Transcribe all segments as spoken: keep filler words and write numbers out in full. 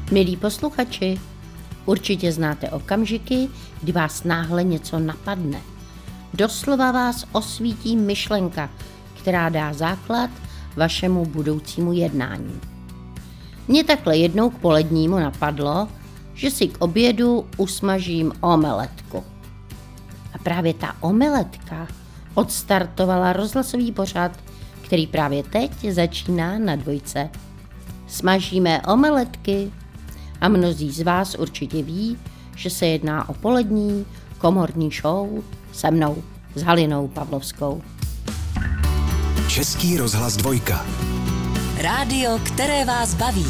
Milí posluchači, určitě znáte okamžiky, kdy vás náhle něco napadne. Doslova vás osvítí myšlenka, která dá základ vašemu budoucímu jednání. Mně takhle jednou k polednímu napadlo, že si k obědu usmažím omeletku. A právě ta omeletka odstartovala rozhlasový pořad, který právě teď začíná na Dvojce. Smažíme omeletky a mnozí z vás určitě ví, že se jedná o polední komorní show se mnou, s Halinou Pavlovskou. Český rozhlas Dvojka. Rádio, které vás baví.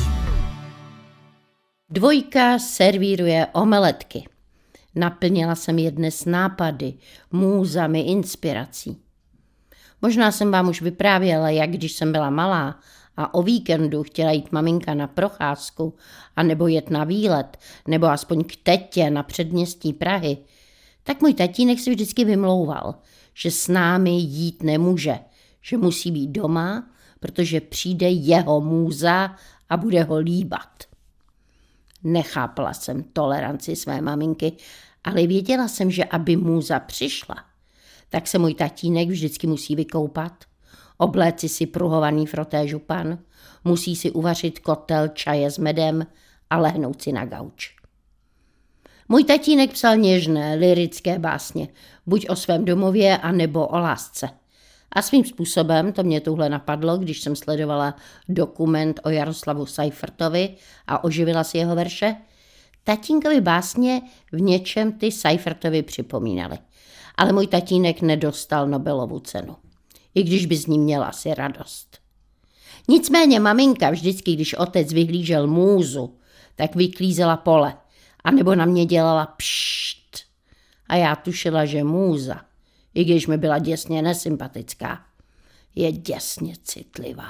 Dvojka servíruje omeletky. Naplnila jsem je dnes nápady, můzami, inspirací. Možná jsem vám už vyprávěla, jak když jsem byla malá a o víkendu chtěla jít maminka na procházku, anebo jet na výlet, nebo aspoň k tetě na předměstí Prahy, tak můj tatínek si vždycky vymlouval, že s námi jít nemůže, že musí být doma, protože přijde jeho můza a bude ho líbat. Nechápala jsem toleranci své maminky, ale věděla jsem, že aby můza přišla, tak se můj tatínek vždycky musí vykoupat, obléci si pruhovaný froté župan, musí si uvařit kotel čaje s medem a lehnout si na gauč. Můj tatínek psal něžné, lyrické básně, buď o svém domově, anebo o lásce. A svým způsobem to mě tuhle napadlo, když jsem sledovala dokument o Jaroslavu Seifertovi a oživila si jeho verše. Tatínkovi básně v něčem ty Seifertovi připomínaly. Ale můj tatínek nedostal Nobelovu cenu, i když by z ní měl asi radost. Nicméně maminka vždycky, když otec vyhlížel můzu, tak vyklízela pole, anebo na mě dělala pšt. A já tušila, že můza, i když mi byla děsně nesympatická, je děsně citlivá.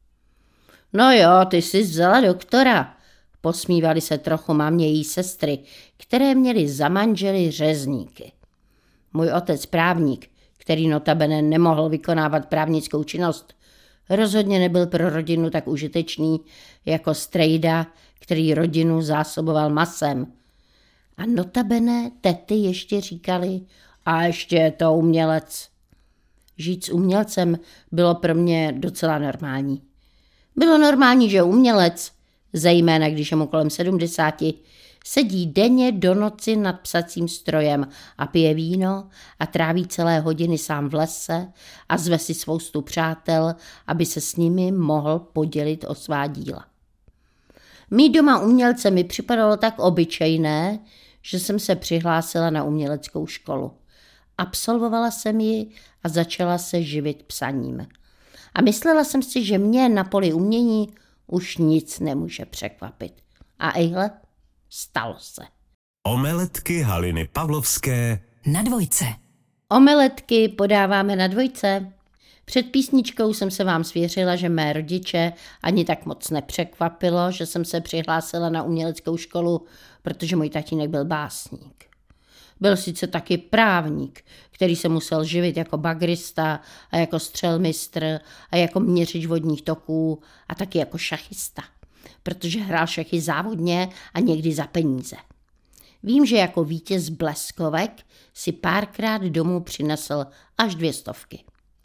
No jo, ty jsi vzala doktora, posmívali se trochu mámě její sestry, které měly za manžely řezníky. Můj otec právník, který notabene nemohl vykonávat právnickou činnost, rozhodně nebyl pro rodinu tak užitečný jako strejda, který rodinu zásoboval masem. A notabene tety ještě říkali, a ještě je to umělec. Žít s umělcem bylo pro mě docela normální. Bylo normální, že umělec, zejména když je mu kolem sedmdesáti, sedí denně do noci nad psacím strojem a pije víno a tráví celé hodiny sám v lese a zve si spoustu přátel, aby se s nimi mohl podělit o svá díla. Mít doma umělce mi připadalo tak obyčejné, že jsem se přihlásila na uměleckou školu. Absolvovala jsem ji a začala se živit psaním. A myslela jsem si, že mě na poli umění už nic nemůže překvapit. A ejhle, stalo se. Omeletky Haliny Pavlovské Na Dvojce. Omeletky podáváme na Dvojce. Před písničkou jsem se vám svěřila, že mé rodiče ani tak moc nepřekvapilo, že jsem se přihlásila na uměleckou školu, protože můj tatínek byl básník. Byl sice taky právník, který se musel živit jako bagrista a jako střelmistr a jako měřič vodních toků a taky jako šachista, protože hrál šachy závodně a někdy za peníze. Vím, že jako vítěz bleskovek si párkrát domů přinesl až dvě stovky.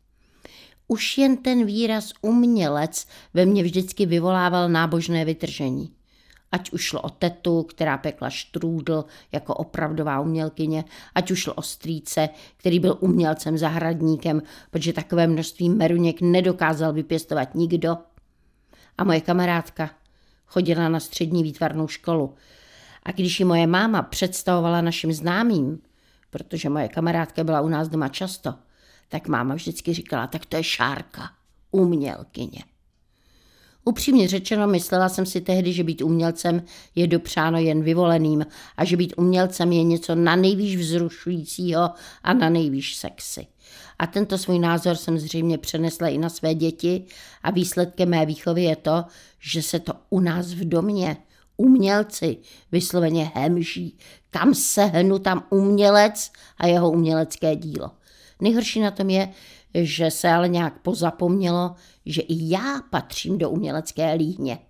Už jen ten výraz umělec ve mně vždycky vyvolával nábožné vytržení. Ať už šlo o tetu, která pekla štrůdl jako opravdová umělkyně, ať už šlo o strýce, který byl umělcem zahradníkem, protože takové množství meruněk nedokázal vypěstovat nikdo. A moje kamarádka chodila na střední výtvarnou školu. A když ji moje máma představovala našim známým, protože moje kamarádka byla u nás doma často, tak máma vždycky říkala, tak to je Šárka, umělkyně. Upřímně řečeno, myslela jsem si tehdy, že být umělcem je dopřáno jen vyvoleným a že být umělcem je něco na nejvýš vzrušujícího a na nejvýš sexy. A tento svůj názor jsem zřejmě přenesla i na své děti a výsledkem mé výchovy je to, že se to u nás v domě umělci vysloveně hemží. Kam se hnu, tam umělec a jeho umělecké dílo. Nejhorší na tom je, že se ale nějak pozapomnělo, že i já patřím do umělecké líhně.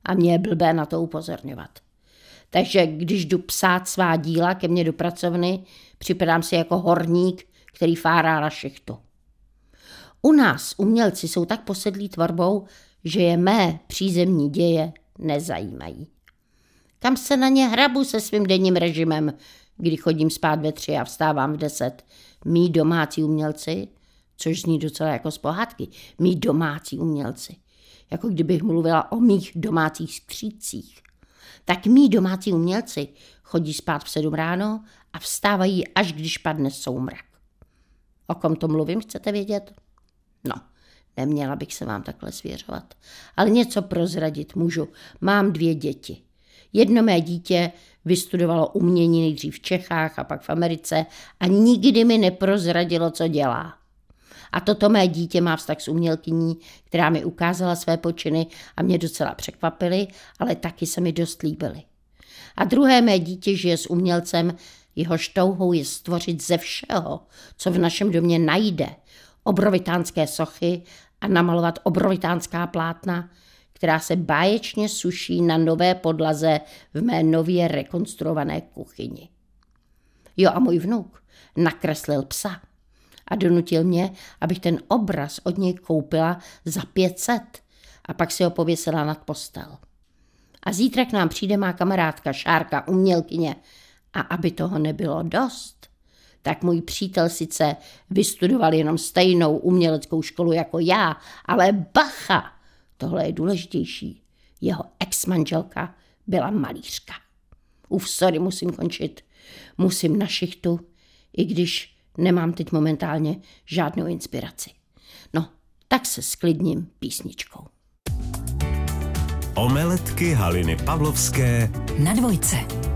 A mě je blbé na to upozorňovat. Takže když jdu psát svá díla ke mně do pracovny, připadám si jako horník, který fárá na šichtu. U nás umělci jsou tak posedlí tvorbou, že je mé přízemní děje nezajímají. Kam se na ně hrabu se svým denním režimem, kdy chodím spát ve tři a vstávám v deset. Mí domácí umělci, což zní docela jako z pohádky, mí domácí umělci, jako kdybych mluvila o mých domácích skřídcích, tak mí domácí umělci chodí spát v sedm ráno a vstávají, až když padne soumrak. O kom to mluvím, chcete vědět? No, neměla bych se vám takhle svěřovat, ale něco prozradit můžu. Mám dvě děti. Jedno mé dítě vystudovalo umění nejdřív v Čechách a pak v Americe a nikdy mi neprozradilo, co dělá. A toto mé dítě má vztah s umělkyní, která mi ukázala své počiny a mě docela překvapily, ale taky se mi dost líbily. A druhé mé dítě žije s umělcem, jehož touhou je stvořit ze všeho, co v našem domě najde, obrovitánské sochy a namalovat obrovitánská plátna, která se báječně suší na nové podlaze v mé nově rekonstruované kuchyni. Jo, a můj vnuk nakreslil psa a donutil mě, abych ten obraz od něj koupila za pět set a pak si ho pověsila nad postel. A zítra k nám přijde má kamarádka Šárka, umělkyně, a aby toho nebylo dost, tak můj přítel sice vystudoval jenom stejnou uměleckou školu jako já, ale bacha, tohle je důležitější, jeho ex-manželka byla malířka. Uf, sorry, musím končit. Musím na šichtu, i když nemám teď momentálně žádnou inspiraci. No, tak se sklidním písničkou. Omeletky Haliny Pavlovské na dvojce.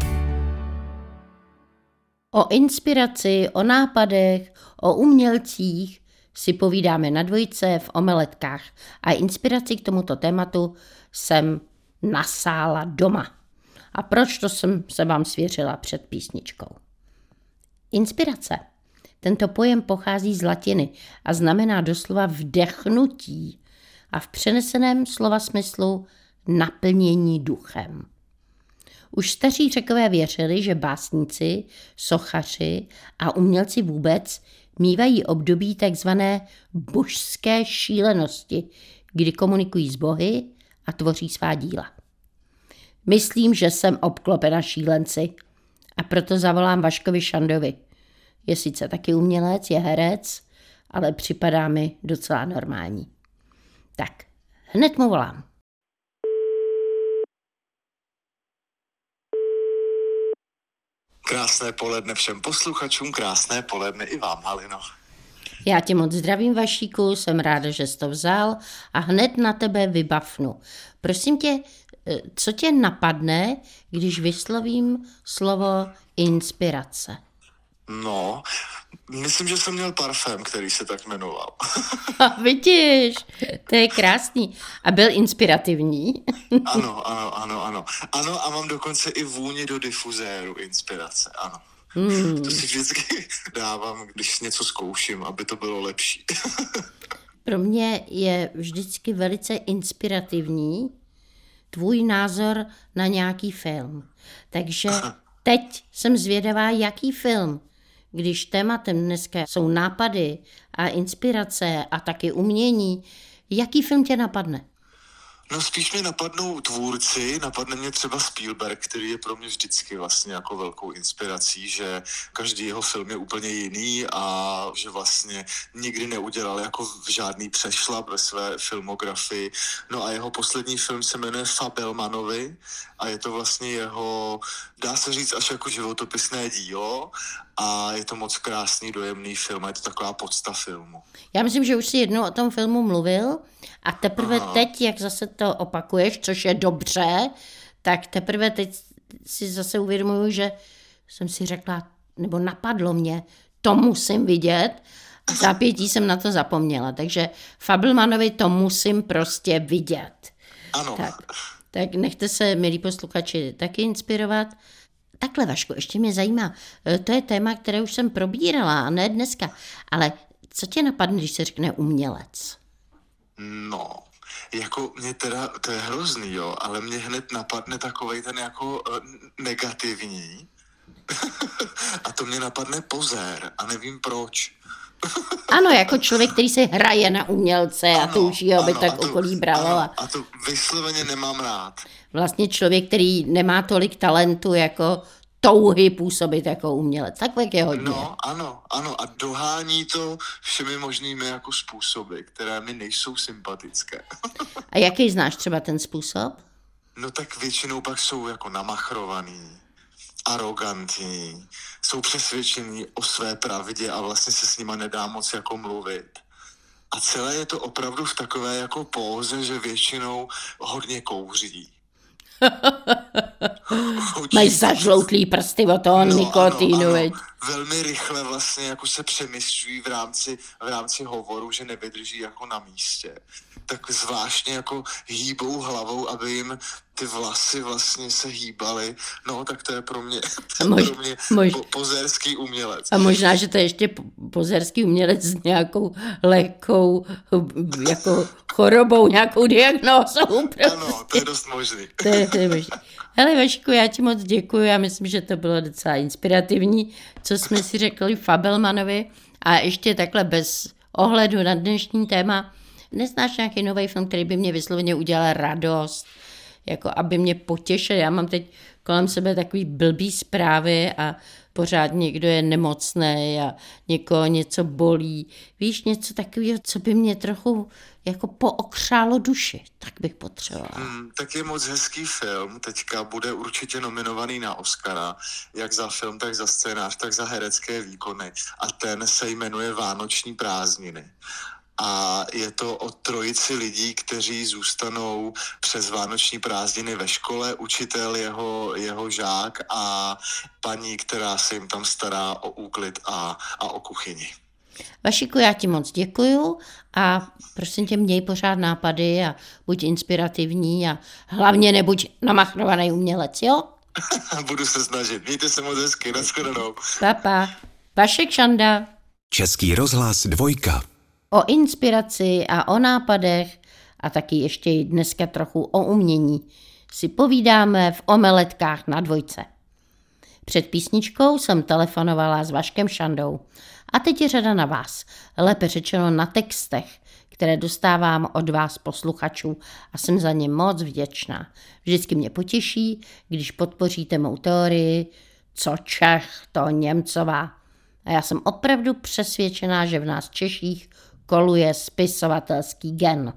O inspiraci, o nápadech, o umělcích si povídáme na dvojce v Omeletkách a inspiraci k tomuto tématu jsem nasála doma. A proč to jsem se vám svěřila před písničkou? Inspirace. Tento pojem pochází z latiny a znamená doslova vdechnutí a v přeneseném slova smyslu naplnění duchem. Už staří Řekové věřili, že básníci, sochaři a umělci vůbec mívají období takzvané božské šílenosti, kdy komunikují s bohy a tvoří svá díla. Myslím, že jsem obklopena šílenci a proto zavolám Vaškovi Šandovi. Je sice taky umělec, je herec, ale připadá mi docela normální. Tak, hned mu volám. Krásné poledne všem posluchačům, krásné poledne i vám, Halino. Já tě moc zdravím, Vašíku, jsem ráda, že jsi to vzal a hned na tebe vybafnu. Prosím tě, co tě napadne, když vyslovím slovo inspirace? No, myslím, že jsem měl parfém, který se tak jmenoval. A vidíš, to je krásný. A byl inspirativní. Ano, ano, ano, ano. Ano a mám dokonce i vůni do difuzéru inspirace, ano. Hmm. To si vždycky dávám, když něco zkouším, aby to bylo lepší. Pro mě je vždycky velice inspirativní tvůj názor na nějaký film. Takže teď jsem zvědavá, jaký film, když tématem dneska jsou nápady a inspirace a taky umění, jaký film tě napadne? No spíš mě napadnou tvůrci, napadne mě třeba Spielberg, který je pro mě vždycky vlastně jako velkou inspirací, že každý jeho film je úplně jiný a že vlastně nikdy neudělal jako žádný přešlap ve své filmografii. No a jeho poslední film se jmenuje Fabelmanovi a je to vlastně jeho, dá se říct, až jako životopisné dílo a je to moc krásný, dojemný film a je to taková podsta filmu. Já myslím, že už jsi jednou o tom filmu mluvil a teprve Aha. teď, jak zase to opakuješ, což je dobře, tak teprve teď si zase uvědomuju, že jsem si řekla, nebo napadlo mě, to musím vidět. A v zápětí jsem na to zapomněla, takže Fabelmanovi to musím prostě vidět. Ano. Tak, tak nechte se, milí posluchači, taky inspirovat. Takhle, Vašku, ještě mě zajímá, to je téma, které už jsem probírala, a ne dneska, ale co tě napadne, když se řekne umělec? No, Jako mě teda, to je hrozný, jo, ale mě hned napadne takovej ten jako uh, negativní a to mě napadne pozér a nevím proč. Ano, jako člověk, který se hraje na umělce a ano, touží, aby ano, tak to, okolí bralo. Ano, a... a to vysloveně nemám rád. Vlastně člověk, který nemá tolik talentu jako touhy působit jako umělec. Tak je hodně. No, ano, ano. A dohání to všemi možnými jako způsoby, které mi nejsou sympatické. A jaký znáš třeba ten způsob? No tak většinou pak jsou jako namachrovaný, arrogantní, jsou přesvědčení o své pravdě a vlastně se s nima nedá moc jako mluvit. A celé je to opravdu v takové jako póze, že většinou hodně kouří. Mají zažloutlý prsty od toho no, nikotínu, ano, ano. Velmi rychle vlastně jako se přemysťují v rámci, v rámci hovoru, že nevydrží jako na místě. Tak zvláštně jako hýbou hlavou, aby jim ty vlasy vlastně se hýbaly. No, tak to je pro mě, to mož, pro mě mož, po, pozérský umělec. A možná, že to je ještě pozérský umělec s nějakou lehkou jako chorobou, nějakou diagnózou. Prostě. Ano, to je dost možný. To je, to je možný. Hele Vašku, já ti moc děkuji, já myslím, že to bylo docela inspirativní, co jsme si řekli Fabelmanovi a ještě takhle bez ohledu na dnešní téma. Neznáš nějaký nový film, který by mě vysloveně udělal radost, jako aby mě potěšil. Já mám teď kolem sebe takový blbý zprávy a pořád někdo je nemocný a někoho něco bolí. Víš, něco takového, co by mě trochu jako pookřálo duši, tak bych potřebovala. Hmm, tak je moc hezký film, teďka bude určitě nominovaný na Oscara, jak za film, tak za scénář, tak za herecké výkony a ten se jmenuje Vánoční prázdniny. A je to o trojici lidí, kteří zůstanou přes vánoční prázdniny ve škole, učitel, jeho, jeho žák a paní, která se jim tam stará o úklid a, a o kuchyni. Vašiku, já ti moc děkuju a prosím tě, měj pořád nápady a buď inspirativní a hlavně nebuď namachrovaný umělec, jo? Budu se snažit. Mějte se moc hezky, nashledanou. Papa. Vašek Šanda. Český rozhlas dvojka. O inspiraci a o nápadech a taky ještě i dneska trochu o umění si povídáme v Omeletkách na dvojce. Před písničkou jsem telefonovala s Vaškem Šandou a teď je řada na vás, lépe řečeno na textech, které dostávám od vás posluchačů a jsem za ně moc vděčná. Vždycky mě potěší, když podpoříte mou teorii, co Čech, to Němcová. A já jsem opravdu přesvědčená, že v nás Češích koluje spisovatelský gen.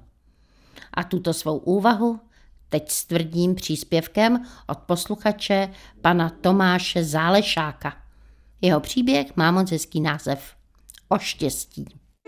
A tuto svou úvahu teď s tvrdým příspěvkem od posluchače pana Tomáše Zálešáka. Jeho příběh má moc hezký název O štěstí.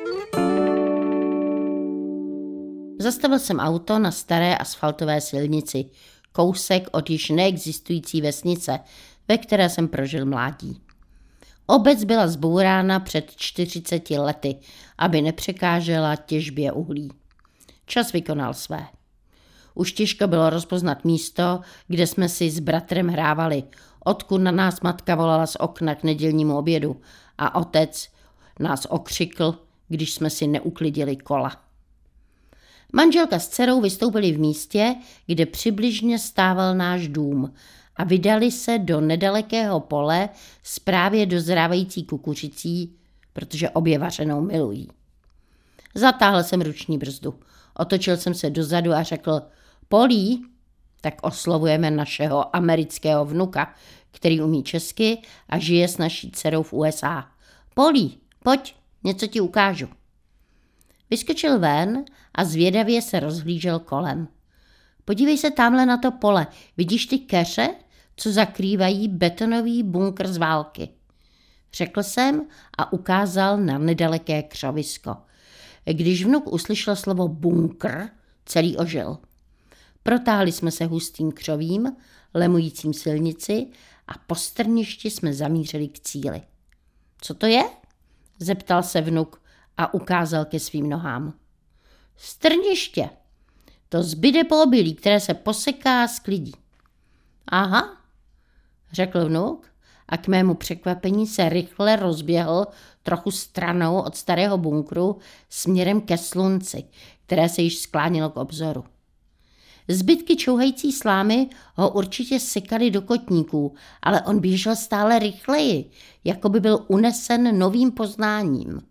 Zastavil jsem auto na staré asfaltové silnici, kousek od již neexistující vesnice, ve které jsem prožil mládí. Obec byla zbourána před čtyřiceti lety, aby nepřekážela těžbě uhlí. Čas vykonal své. Už těžko bylo rozpoznat místo, kde jsme si s bratrem hrávali, odkud na nás matka volala z okna k nedělnímu obědu a otec nás okřikl, když jsme si neuklidili kola. Manželka s dcerou vystoupili v místě, kde přibližně stával náš dům a vydali se do nedalekého pole s právě dozrávající kukuřicí, protože obě vařenou milují. Zatáhl jsem ruční brzdu, otočil jsem se dozadu a řekl: Polí, tak oslovujeme našeho amerického vnuka, který umí česky a žije s naší dcerou v U S A. Polí, pojď, něco ti ukážu. Vyskočil ven a zvědavě se rozhlížel kolem. Podívej se tamhle na to pole, vidíš ty keře, co zakrývají betonový bunkr z války? Řekl jsem a ukázal na nedaleké křovisko. Když vnuk uslyšel slovo bunkr, celý ožil. Protáhli jsme se hustým křovím, lemujícím silnici a po strništi jsme zamířili k cíli. Co to je? Zeptal se vnuk a ukázal ke svým nohám. Strniště. To zbyde po obilí, které se poseká a sklidí. Aha, řekl vnuk a k mému překvapení se rychle rozběhl trochu stranou od starého bunkru směrem ke slunci, které se již sklánělo k obzoru. Zbytky čouhající slámy ho určitě sekaly do kotníků, ale on běžel stále rychleji, jako by byl unesen novým poznáním.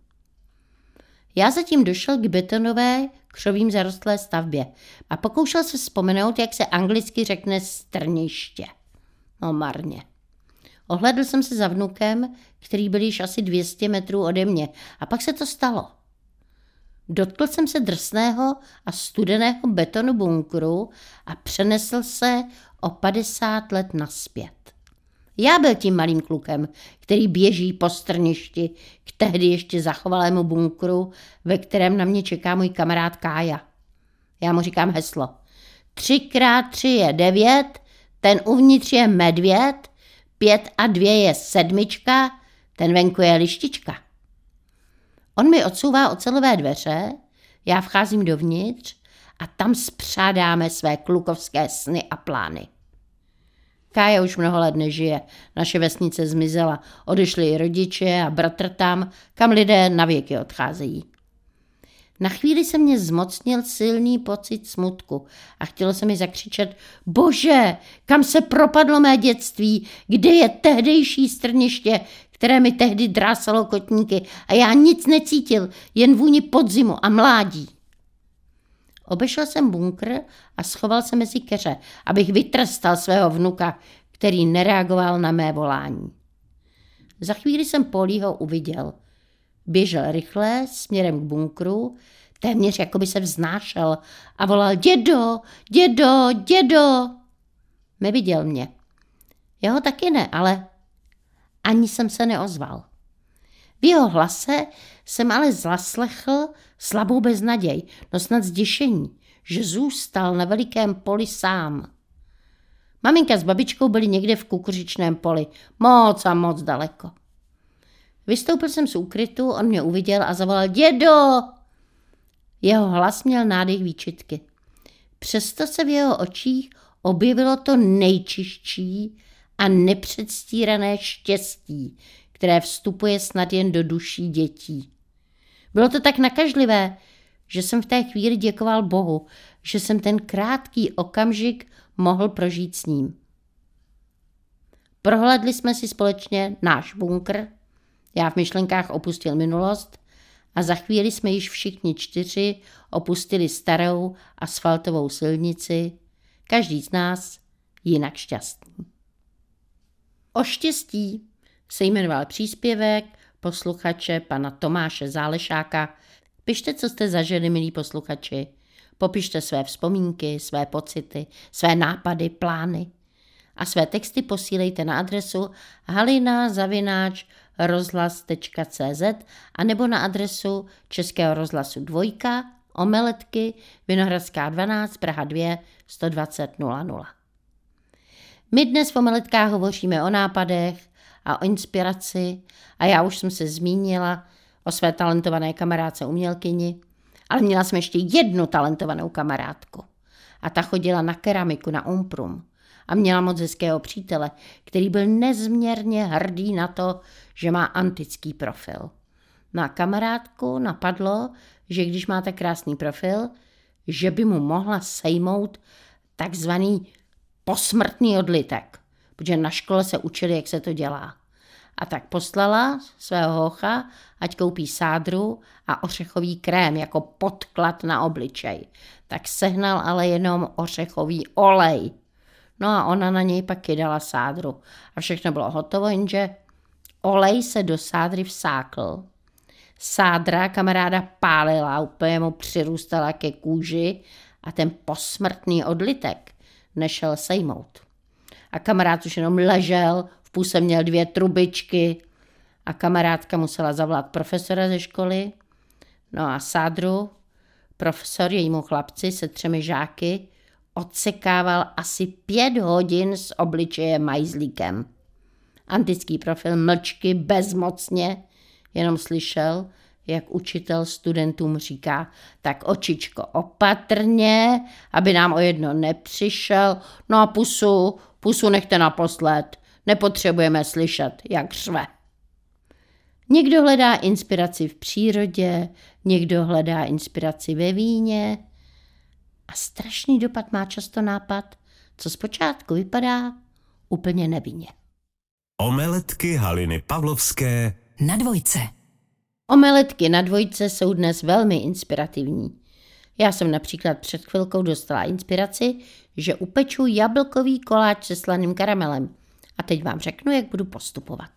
Já zatím došel k betonové, křovím zarostlé stavbě a pokoušel se vzpomenout, jak se anglicky řekne strniště. No marně. Ohlédl jsem se za vnukem, který byl již asi dvě stě metrů ode mě, a pak se to stalo. Dotkl jsem se drsného a studeného betonu bunkru a přenesl se o padesát let nazpět. Já byl tím malým klukem, který běží po strništi k tehdy ještě zachovalému bunkru, ve kterém na mě čeká můj kamarád Kája. Já mu říkám heslo. Tři krát tři je devět, ten uvnitř je medvěd, pět a dvě je sedmička, ten venku je lištička. On mi odsouvá ocelové dveře, já vcházím dovnitř a tam spřádáme své klukovské sny a plány. Kája už mnoho let nežije, naše vesnice zmizela, odešli i rodiče a bratr tam, kam lidé na věky odcházejí. Na chvíli se mě zmocnil silný pocit smutku a chtělo se mi zakřičet: Bože, kam se propadlo mé dětství, kde je tehdejší strniště, které mi tehdy drásalo kotníky a já nic necítil, jen vůni podzimu a mládí. Obešel jsem bunkr a schoval se mezi keře, abych vytrstal svého vnuka, který nereagoval na mé volání. Za chvíli jsem Polího uviděl. Běžel rychle směrem k bunkru, téměř jako by se vznášel a volal: Dědo, dědo, dědo. Neviděl mě. Jeho taky ne, ale ani jsem se neozval. V jeho hlase jsem ale zaslechl slabou beznaděj, no snad zděšení, že zůstal na velikém poli sám. Maminka s babičkou byli někde v kukuřičném poli, moc a moc daleko. Vystoupil jsem z úkrytu, on mě uviděl a zavolal: Dědo! Jeho hlas měl nádech výčitky. Přesto se v jeho očích objevilo to nejčistší a nepředstírané štěstí, které vstupuje snad jen do duší dětí. Bylo to tak nakažlivé, že jsem v té chvíli děkoval Bohu, že jsem ten krátký okamžik mohl prožít s ním. Prohlédli jsme si společně náš bunkr, já v myšlenkách opustil minulost a za chvíli jsme již všichni čtyři opustili starou asfaltovou silnici, každý z nás jinak šťastný. O štěstí se jmenoval příspěvek posluchače pana Tomáše Zálešáka. Pište, co jste zažili, milí posluchači. Popište své vzpomínky, své pocity, své nápady, plány. A své texty posílejte na adresu halina zavináč rozhlas tečka cé zet a nebo na adresu Českého rozhlasu dvojka, Omeletky, Vinohradská dvanáct, Praha dva, sto dvacet nula nula. My dnes v Omeletkách hovoříme o nápadech a o inspiraci a já už jsem se zmínila o své talentované kamarádce umělkyni, ale měla jsem ještě jednu talentovanou kamarádku a ta chodila na keramiku na Umprum a měla moc hezkého přítele, který byl nezměrně hrdý na to, že má antický profil. Na kamarádku napadlo, že když má tak krásný profil, že by mu mohla sejmout takzvaný posmrtný odlitek, protože na škole se učili, jak se to dělá. A tak poslala svého hocha, ať koupí sádru a ořechový krém jako podklad na obličej. Tak sehnal ale jenom ořechový olej. No a ona na něj pak kydala sádru. A všechno bylo hotovo, jenže olej se do sádry vsákl. Sádra kamaráda pálila, úplně mu přirůstala ke kůži a ten posmrtný odlitek nešel sejmout. A kamarád už jenom ležel, v puse měl dvě trubičky a kamarádka musela zavolat profesora ze školy. No a sádru profesor jejímu chlapci se třemi žáky odsekával asi pět hodin s obličejem majzlíkem. Antický profil mlčky bezmocně jenom slyšel, jak učitel studentům říká: tak očičko opatrně, aby nám o jedno nepřišel, no a pusu, pusu nechte naposled, Nepotřebujeme slyšet, jak řve. Někdo hledá inspiraci v přírodě, někdo hledá inspiraci ve víně a strašný dopad má často nápad, co zpočátku vypadá úplně nevinně. Omeletky Haliny Pavlovské Na dvojce. Omeletky na dvojce jsou dnes velmi inspirativní. Já jsem například před chvilkou dostala inspiraci, že upeču jablkový koláč se slaným karamelem. A teď vám řeknu, jak budu postupovat.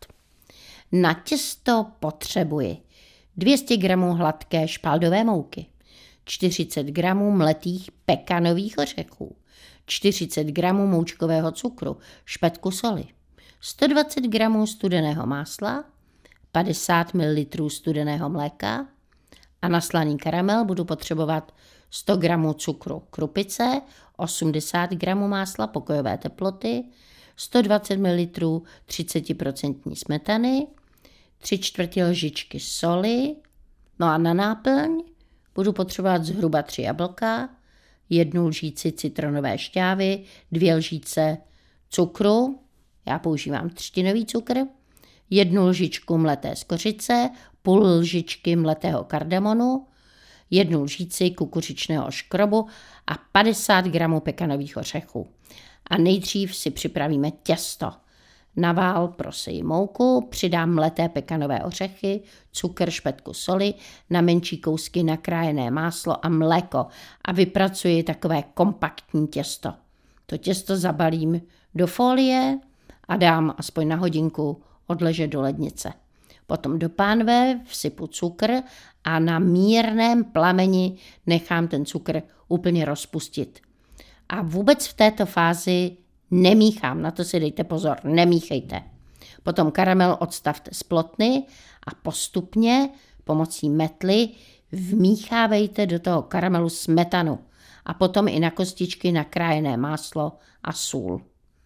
Na těsto potřebuji dvě stě gramů hladké špaldové mouky, čtyřicet gramů mletých pekanových ořechů, čtyřicet gramů moučkového cukru, špetku soli, sto dvacet gramů studeného másla, padesát mililitrů studeného mléka a na slaný karamel budu potřebovat sto gramů cukru krupice, osmdesát gramů másla pokojové teploty, sto dvacet mililitrů třicet procent smetany, tři čtvrtě lžičky soli, no a na náplň budu potřebovat zhruba tři jablka, jednu lžíci citronové šťávy, dvě lžíce cukru, já používám třtinový cukr, jednu lžičku mleté skořice, půl lžičky mletého kardamonu, jednu lžíci kukuřičného škrobu a padesát gramů pekanových ořechů. A nejdřív si připravíme těsto. Na vál prosejím mouku, přidám mleté pekanové ořechy, cukr, špetku soli, na menší kousky nakrájené máslo a mléko a vypracuji takové kompaktní těsto. To těsto zabalím do folie a dám aspoň na hodinku odležet do lednice. Potom do pánve vsypu cukr a na mírném plameni nechám ten cukr úplně rozpustit. A vůbec v této fázi nemíchám, na to si dejte pozor, nemíchejte. Potom karamel odstavte z plotny a postupně pomocí metly vmíchávejte do toho karamelu smetanu a potom i na kostičky nakrájené máslo a sůl.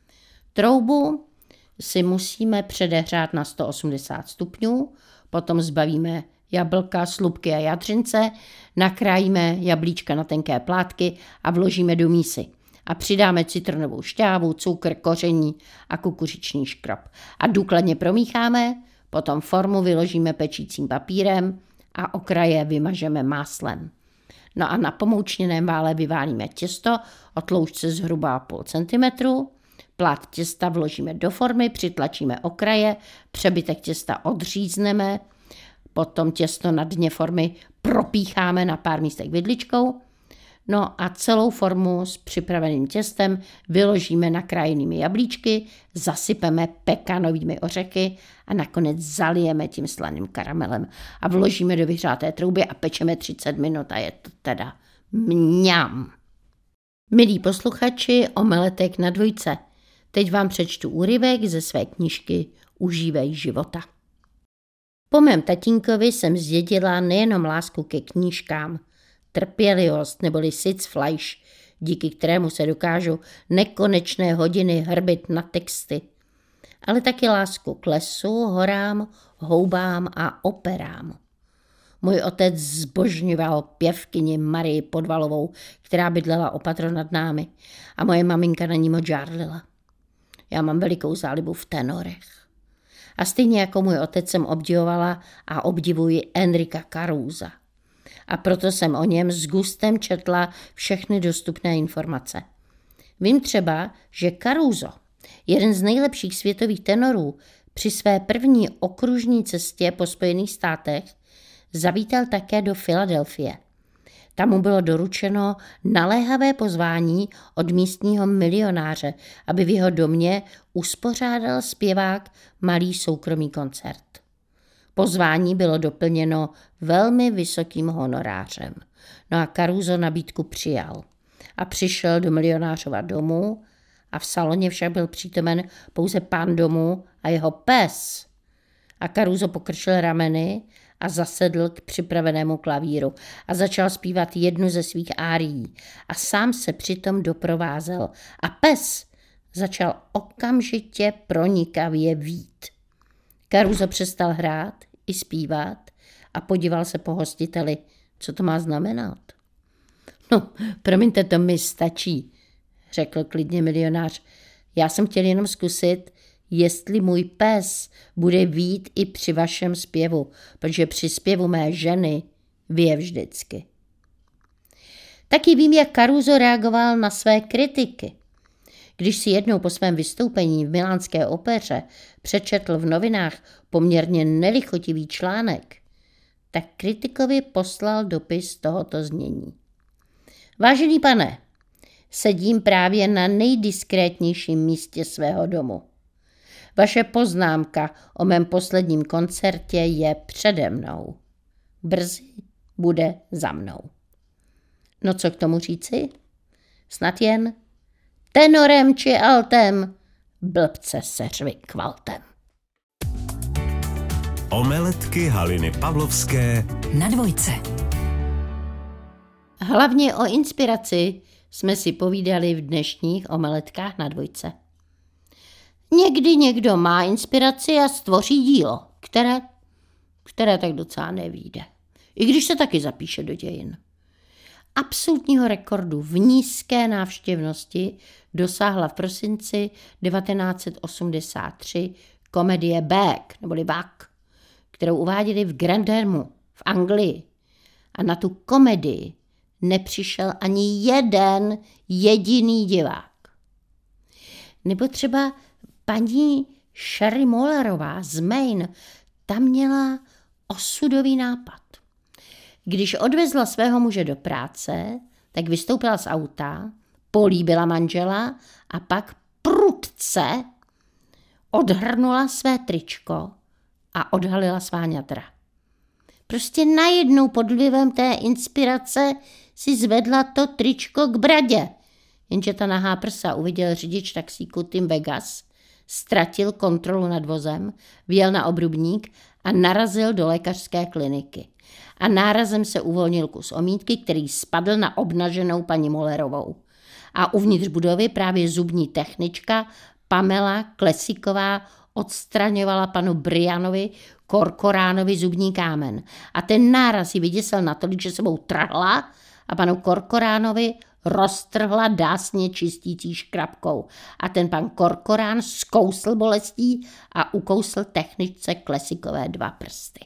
Troubu si musíme předehřát na sto osmdesát stupňů, potom zbavíme jablka, slupky a jadřince, nakrájíme jablíčka na tenké plátky a vložíme do mísy. A přidáme citronovou šťávu, cukr, koření a kukuřičný škrob. A důkladně promícháme, potom formu vyložíme pečícím papírem a okraje vymažeme máslem. No a na pomoučněném vále vyválíme těsto o tloušťce zhruba půl centimetru. Plát těsta vložíme do formy, přitlačíme okraje, přebytek těsta odřízneme, potom těsto na dně formy propícháme na pár místech vidličkou. No a celou formu s připraveným těstem vyložíme nakrájenými jablíčky, zasypeme pekanovými ořechy a nakonec zalijeme tím slaným karamelem a vložíme do vyhřáté trouby a pečeme třicet minut a je to teda mňam. Milí posluchači, omeletek na dvojce. Teď vám přečtu úryvek ze své knížky Užívej života. Po mém tatínkovi jsem zdědila nejenom lásku ke knížkám, trpělivost neboli Sitzfleisch, díky kterému se dokážu nekonečné hodiny hrbit na texty, ale taky lásku k lesu, horám, houbám a operám. Můj otec zbožňoval pěvkyni Marii Podvalovou, která bydlela opatro nad námi a moje maminka na ní moc žárlila. Já mám velikou zálibu v tenorech. A stejně jako můj otec jsem obdivovala a obdivuji Enrika Carusa. A proto jsem o něm s gustem četla všechny dostupné informace. Vím třeba, že Caruso, jeden z nejlepších světových tenorů, při své první okružní cestě po Spojených státech zavítal také do Filadelfie. Tam mu bylo doručeno naléhavé pozvání od místního milionáře, aby v jeho domě uspořádal zpěvák malý soukromý koncert. Pozvání bylo doplněno velmi vysokým honorářem. No a Caruso nabídku přijal a přišel do milionářova domu a v saloně však byl přítomen pouze pán domu a jeho pes. A Caruso pokrčil rameny a zasedl k připravenému klavíru a začal zpívat jednu ze svých árií a sám se přitom doprovázel a pes začal okamžitě pronikavě vít. Caruso přestal hrát i zpívat a podíval se po hostiteli, co to má znamenat. No, promiňte, to mi stačí, řekl klidně milionář. Já jsem chtěl jenom zkusit, jestli můj pes bude vít i při vašem zpěvu, protože při zpěvu mé ženy vyje vždycky. Taky vím, jak Caruso reagoval na své kritiky. Když si jednou po svém vystoupení v milánské opeře přečetl v novinách poměrně nelichotivý článek, tak kritikovi poslal dopis tohoto znění. Vážený pane, sedím právě na nejdiskrétnějším místě svého domu. Vaše poznámka o mém posledním koncertě je přede mnou. Brzy bude za mnou. No co k tomu říci? Snad jen tenorem či altem, blbce se řvi kvaltem. Omeletky Haliny Pavlovské na Dvojce. Hlavně o inspiraci jsme si povídali v dnešních omeletkách na Dvojce. Někdy někdo má inspiraci a stvoří dílo, které, které tak docela nevyjde. I když se taky zapíše do dějin. Absolutního rekordu v nízké návštěvnosti dosáhla v prosinci devatenáct set osmdesát tři komedie Back, neboli Back, kterou uváděli v Granthemu v Anglii. A na tu komedii nepřišel ani jeden jediný divák. Nebo třeba paní Sherry Mollerová z Maine, tam měla osudový nápad. Když odvezla svého muže do práce, tak vystoupila z auta, políbila manžela a pak prudce odhrnula své tričko a odhalila svá ňadra. Prostě najednou pod vlivem té inspirace si zvedla to tričko k bradě. Jenže ta nahá prsa uviděl řidič taxíku Tim Vegas, ztratil kontrolu nad vozem, vjel na obrubník a narazil do lékařské kliniky. A nárazem se uvolnil kus omítky, který spadl na obnaženou paní Mollerovou. A uvnitř budovy právě zubní technička Pamela Klesiková odstraňovala panu Brianovi Corcoránovi zubní kámen. A ten náraz ji vyděsil natolik, že sebou trhla a panu Corcoránovi roztrhla dásně čistící škrabkou. A ten pan Corcorán zkousl bolestí a ukousl techničce Klesikové dva prsty.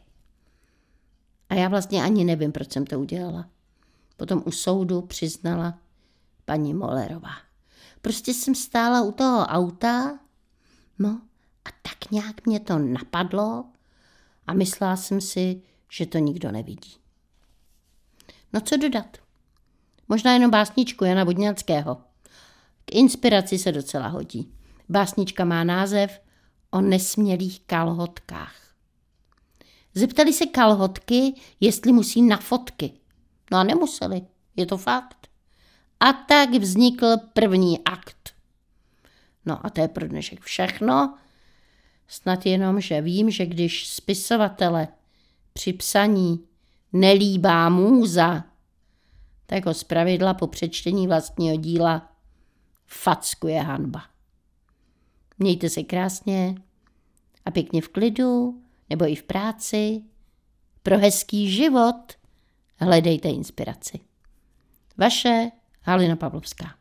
A já vlastně ani nevím, proč jsem to udělala. Potom u soudu přiznala paní Mollerová. Prostě jsem stála u toho auta, no a tak nějak mě to napadlo a myslela jsem si, že to nikdo nevidí. No co dodat? Možná jenom básničku Jana Vodňanského. K inspiraci se docela hodí. Básnička má název O nesmělých kalhotkách. Zeptali se kalhotky, jestli musí na fotky. No a nemuseli, je to fakt. A tak vznikl první akt. No a to je pro dnešek všechno. Snad jenom, že vím, že když spisovatele při psaní nelíbá můza, tak ho zpravidla po přečtení vlastního díla fackuje hanba. Mějte se krásně a pěkně v klidu, nebo i v práci. Pro hezký život hledejte inspiraci. Vaše Halina Pavlovská.